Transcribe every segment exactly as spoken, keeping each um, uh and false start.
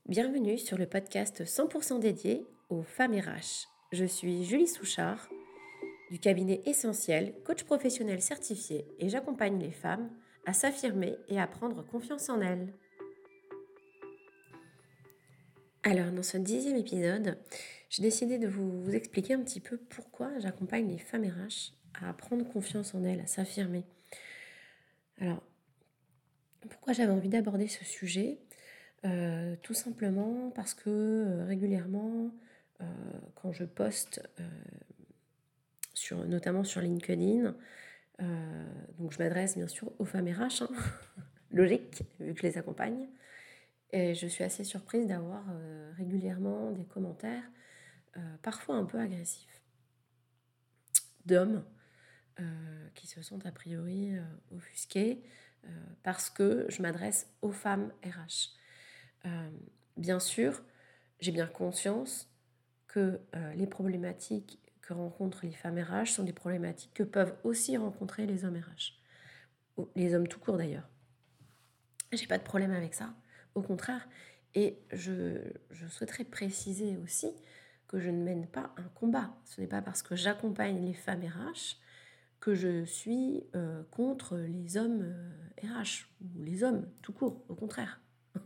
Bienvenue sur le podcast cent pour cent dédié aux femmes R H. Je suis Julie Souchard du cabinet Essentiel, coach professionnel certifié et j'accompagne les femmes à s'affirmer et à prendre confiance en elles. Alors dans ce dixième épisode, j'ai décidé de vous, vous expliquer un petit peu pourquoi j'accompagne les femmes R H à prendre confiance en elles, à s'affirmer. Alors, pourquoi j'avais envie d'aborder ce sujet ? Euh, tout simplement parce que euh, régulièrement, euh, quand je poste, euh, sur, notamment sur LinkedIn, euh, donc je m'adresse bien sûr aux femmes R H, hein, logique, vu que je les accompagne, et je suis assez surprise d'avoir euh, régulièrement des commentaires, euh, parfois un peu agressifs, d'hommes euh, qui se sentent a priori euh, offusqués euh, parce que je m'adresse aux femmes R H. Euh, bien sûr, j'ai bien conscience que euh, les problématiques que rencontrent les femmes R H sont des problématiques que peuvent aussi rencontrer les hommes R H, ou les hommes tout court d'ailleurs. J'ai pas de problème avec ça, au contraire. Et je, je souhaiterais préciser aussi que je ne mène pas un combat. Ce n'est pas parce que j'accompagne les femmes R H que je suis euh, contre les hommes euh, R H, ou les hommes tout court, au contraire.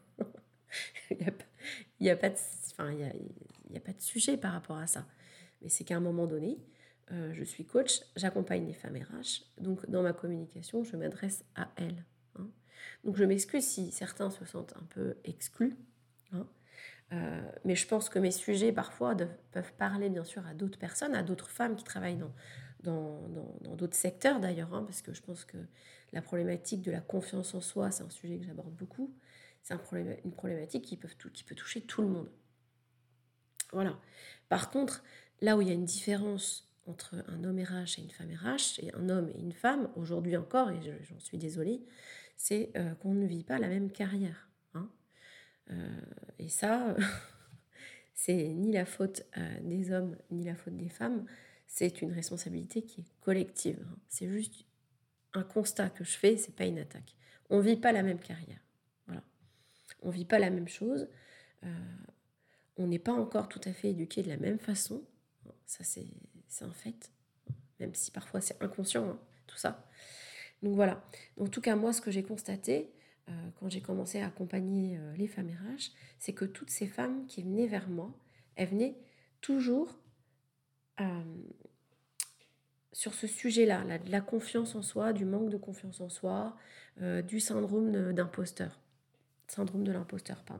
Il n'y a, y a, pas de, enfin, y a, y a pas de sujet par rapport à ça. Mais c'est qu'à un moment donné, euh, je suis coach, j'accompagne les femmes R H, donc dans ma communication, je m'adresse à elles. Hein. Donc je m'excuse si certains se sentent un peu exclus, hein. Euh, mais je pense que mes sujets parfois de, peuvent parler bien sûr à d'autres personnes, à d'autres femmes qui travaillent dans, dans, dans, dans d'autres secteurs d'ailleurs, hein, parce que je pense que la problématique de la confiance en soi, c'est un sujet que j'aborde beaucoup. C'est un problème, une problématique qui peut, qui peut toucher tout le monde. Voilà. Par contre, là où il y a une différence entre un homme R H et une femme R H, et un homme et une femme, aujourd'hui encore, et j'en suis désolée, c'est euh, qu'on ne vit pas la même carrière. Hein. Euh, et ça, c'est ni la faute euh, des hommes, ni la faute des femmes, c'est une responsabilité qui est collective. Hein. C'est juste un constat que je fais, c'est pas une attaque. On ne vit pas la même carrière. Voilà. On ne vit pas la même chose. Euh, on n'est pas encore tout à fait éduqué de la même façon. Ça, c'est, c'est un fait. Même si parfois c'est inconscient, hein, tout ça. Donc voilà. En tout cas, moi, ce que j'ai constaté euh, quand j'ai commencé à accompagner euh, les femmes R H, c'est que toutes ces femmes qui venaient vers moi, elles venaient toujours euh, sur ce sujet-là, la, de la confiance en soi, du manque de confiance en soi, euh, du syndrome d'imposteur. Syndrome de l'imposteur, pardon.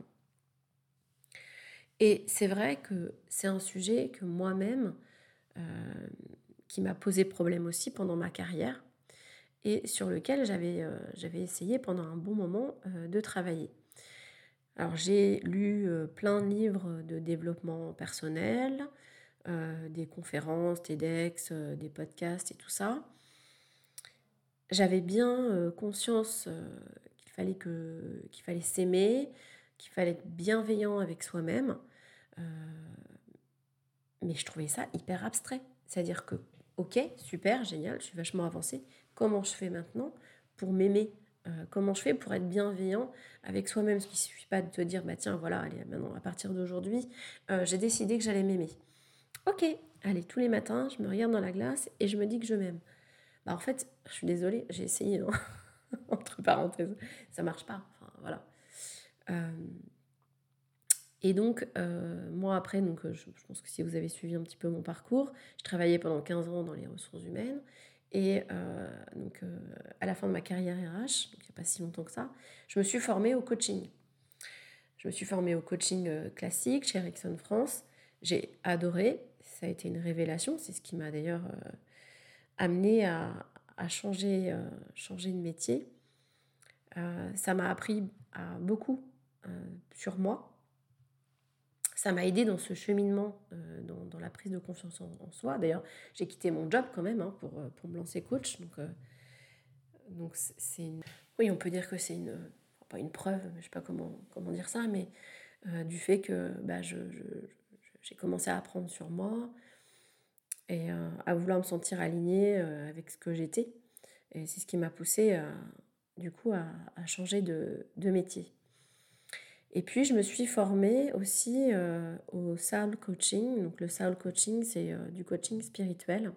Et c'est vrai que c'est un sujet que moi-même, euh, qui m'a posé problème aussi pendant ma carrière, et sur lequel j'avais, euh, j'avais essayé pendant un bon moment euh, de travailler. Alors j'ai lu euh, plein de livres de développement personnel, euh, des conférences, TEDx, euh, des podcasts et tout ça. J'avais bien euh, conscience euh, qu'il fallait que, qu'il fallait s'aimer, qu'il fallait être bienveillant avec soi-même, euh, mais je trouvais ça hyper abstrait. C'est-à-dire que, ok, super, génial, je suis vachement avancée. Comment je fais maintenant pour m'aimer ? Euh, comment je fais pour être bienveillant avec soi-même ? Ce qui ne suffit pas de te dire, bah tiens, voilà, allez, maintenant, à partir d'aujourd'hui, euh, j'ai décidé que j'allais m'aimer. Ok, allez, tous les matins, je me regarde dans la glace et je me dis que je m'aime. Bah en fait, je suis désolée, j'ai essayé, hein, entre parenthèses, ça marche pas. Enfin, voilà. Euh, Et donc, euh, moi, après, donc, je, je pense que si vous avez suivi un petit peu mon parcours, je travaillais pendant quinze ans dans les ressources humaines. Et euh, donc, euh, à la fin de ma carrière R H, donc il n'y a pas si longtemps que ça, je me suis formée au coaching. Je me suis formée au coaching euh, classique chez Ericsson France. J'ai adoré, ça a été une révélation. C'est ce qui m'a d'ailleurs euh, amenée à, à changer, euh, changer de métier. Euh, ça m'a appris à beaucoup euh, sur moi. Ça m'a aidé dans ce cheminement, euh, dans, dans la prise de confiance en, en soi. D'ailleurs, j'ai quitté mon job quand même, hein, pour, euh, pour me lancer coach. Donc, euh, donc c'est une... Oui, on peut dire que c'est une... Pas une preuve, je ne sais pas comment, comment dire ça, mais euh, du fait que bah, je, je, je, j'ai commencé à apprendre sur moi et euh, à vouloir me sentir alignée euh, avec ce que j'étais. Et c'est ce qui m'a poussée, à, du coup, à, à changer de, de métier. Et puis, je me suis formée aussi euh, au Soul Coaching. Donc, le Soul Coaching, c'est euh, du coaching spirituel.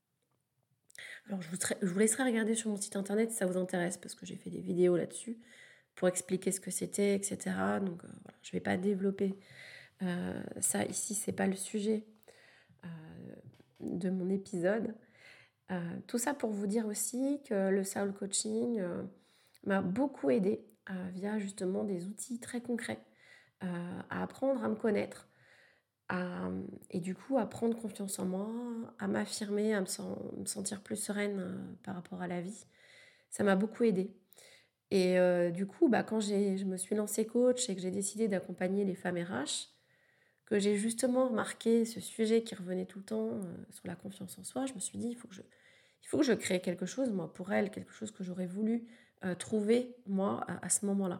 Alors, je vous, tra- je vous laisserai regarder sur mon site internet si ça vous intéresse, parce que j'ai fait des vidéos là-dessus pour expliquer ce que c'était, et cetera. Donc, euh, voilà, je ne vais pas développer euh, ça ici, c'est pas le sujet euh, de mon épisode. Euh, tout ça pour vous dire aussi que le Soul Coaching euh, m'a beaucoup aidé euh, via justement des outils très concrets euh, à apprendre à me connaître à, et du coup à prendre confiance en moi, à m'affirmer, à me, sen- me sentir plus sereine euh, par rapport à la vie. Ça m'a beaucoup aidé. Et euh, du coup, bah, quand j'ai, je me suis lancée coach et que j'ai décidé d'accompagner les femmes R H, que j'ai justement remarqué ce sujet qui revenait tout le temps euh, sur la confiance en soi, je me suis dit, il faut que je, il faut que je crée quelque chose, moi, pour elles, quelque chose que j'aurais voulu euh, trouver, moi, à, à ce moment-là.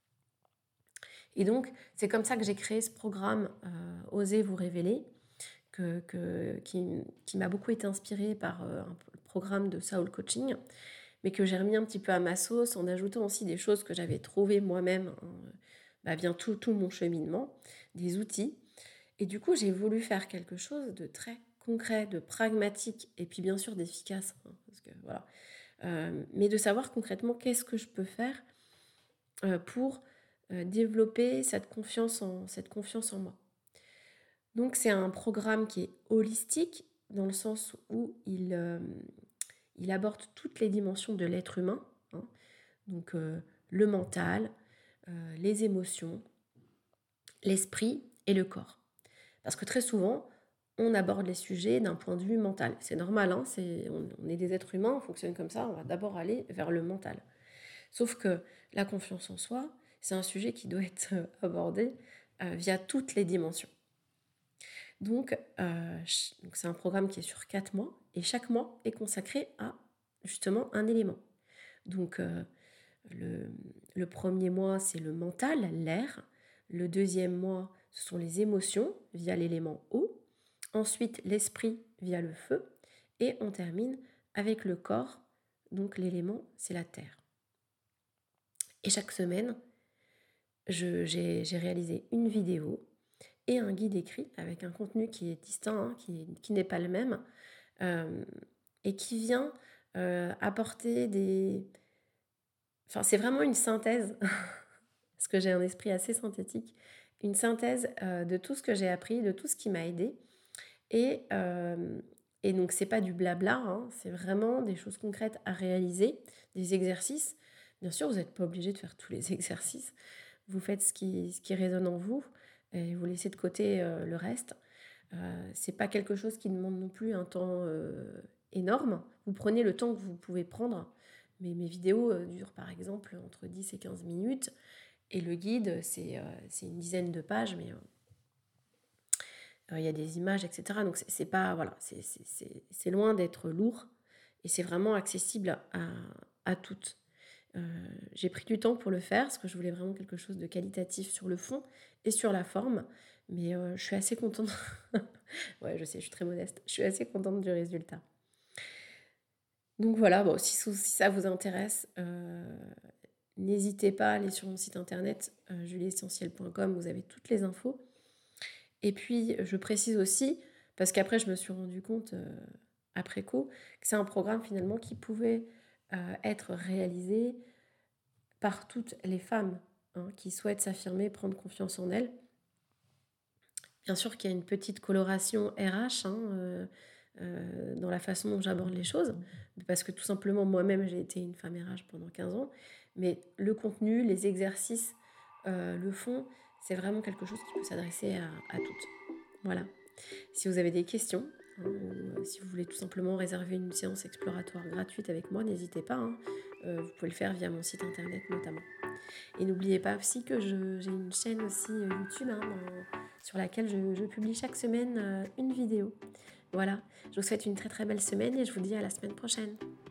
Et donc, c'est comme ça que j'ai créé ce programme euh, Osez vous révéler, que, que, qui, qui m'a beaucoup été inspiré par euh, un programme de Soul Coaching, mais que j'ai remis un petit peu à ma sauce en ajoutant aussi des choses que j'avais trouvées moi-même, hein, bah, bien tout, tout mon cheminement, des outils. Et du coup, j'ai voulu faire quelque chose de très concret, de pragmatique, et puis bien sûr d'efficace, hein, parce que voilà. Euh, mais de savoir concrètement qu'est-ce que je peux faire euh, pour euh, développer cette confiance en, cette confiance en moi. Donc c'est un programme qui est holistique, dans le sens où il, euh, il aborde toutes les dimensions de l'être humain, hein, donc euh, le mental, euh, les émotions, l'esprit et le corps. Parce que très souvent, on aborde les sujets d'un point de vue mental. C'est normal, hein, c'est, on, on est des êtres humains, on fonctionne comme ça, on va d'abord aller vers le mental. Sauf que la confiance en soi, c'est un sujet qui doit être abordé euh, via toutes les dimensions. Donc, euh, donc, c'est un programme qui est sur quatre mois, et chaque mois est consacré à justement un élément. Donc, euh, le, le premier mois, c'est le mental, l'air. Le deuxième mois, ce sont les émotions via l'élément eau. Ensuite, l'esprit via le feu. Et on termine avec le corps, donc l'élément, c'est la terre. Et chaque semaine, je, j'ai, j'ai réalisé une vidéo et un guide écrit avec un contenu qui est distinct, hein, qui, qui n'est pas le même, euh, et qui vient euh, apporter des... Enfin, c'est vraiment une synthèse, parce que j'ai un esprit assez synthétique, une synthèse euh, de tout ce que j'ai appris, de tout ce qui m'a aidé. Et, euh, et donc, c'est pas du blabla, hein, c'est vraiment des choses concrètes à réaliser, des exercices. Bien sûr, vous n'êtes pas obligé de faire tous les exercices. Vous faites ce qui, ce qui résonne en vous et vous laissez de côté euh, le reste. Euh, c'est pas quelque chose qui demande non plus un temps euh, énorme. Vous prenez le temps que vous pouvez prendre. Mais mes vidéos euh, durent par exemple entre dix et quinze minutes. Et le guide, c'est, euh, c'est une dizaine de pages, mais il euh, y a des images, et cetera. Donc c'est, c'est pas, voilà, c'est, c'est, c'est, c'est loin d'être lourd. Et c'est vraiment accessible à, à toutes. Euh, j'ai pris du temps pour le faire parce que je voulais vraiment quelque chose de qualitatif sur le fond et sur la forme. Mais euh, je suis assez contente. Ouais, je sais, je suis très modeste. Je suis assez contente du résultat. Donc voilà, bon, si, si ça vous intéresse, euh, n'hésitez pas à aller sur mon site internet euh, julie essentielle point com, vous avez toutes les infos. Et puis, je précise aussi, parce qu'après, je me suis rendu compte, euh, après coup, que c'est un programme finalement qui pouvait euh, être réalisé par toutes les femmes hein, qui souhaitent s'affirmer, prendre confiance en elles. Bien sûr qu'il y a une petite coloration R H hein, euh, euh, dans la façon dont j'aborde les choses, parce que tout simplement, moi-même, j'ai été une femme R H pendant quinze ans, mais le contenu, les exercices, euh, le fond, c'est vraiment quelque chose qui peut s'adresser à, à toutes. Voilà. Si vous avez des questions, hein, ou euh, si vous voulez tout simplement réserver une séance exploratoire gratuite avec moi, n'hésitez pas. Hein. Euh, vous pouvez le faire via mon site internet notamment. Et n'oubliez pas aussi que je, j'ai une chaîne aussi euh, YouTube hein, dans, sur laquelle je, je publie chaque semaine euh, une vidéo. Voilà, je vous souhaite une très très belle semaine et je vous dis à la semaine prochaine.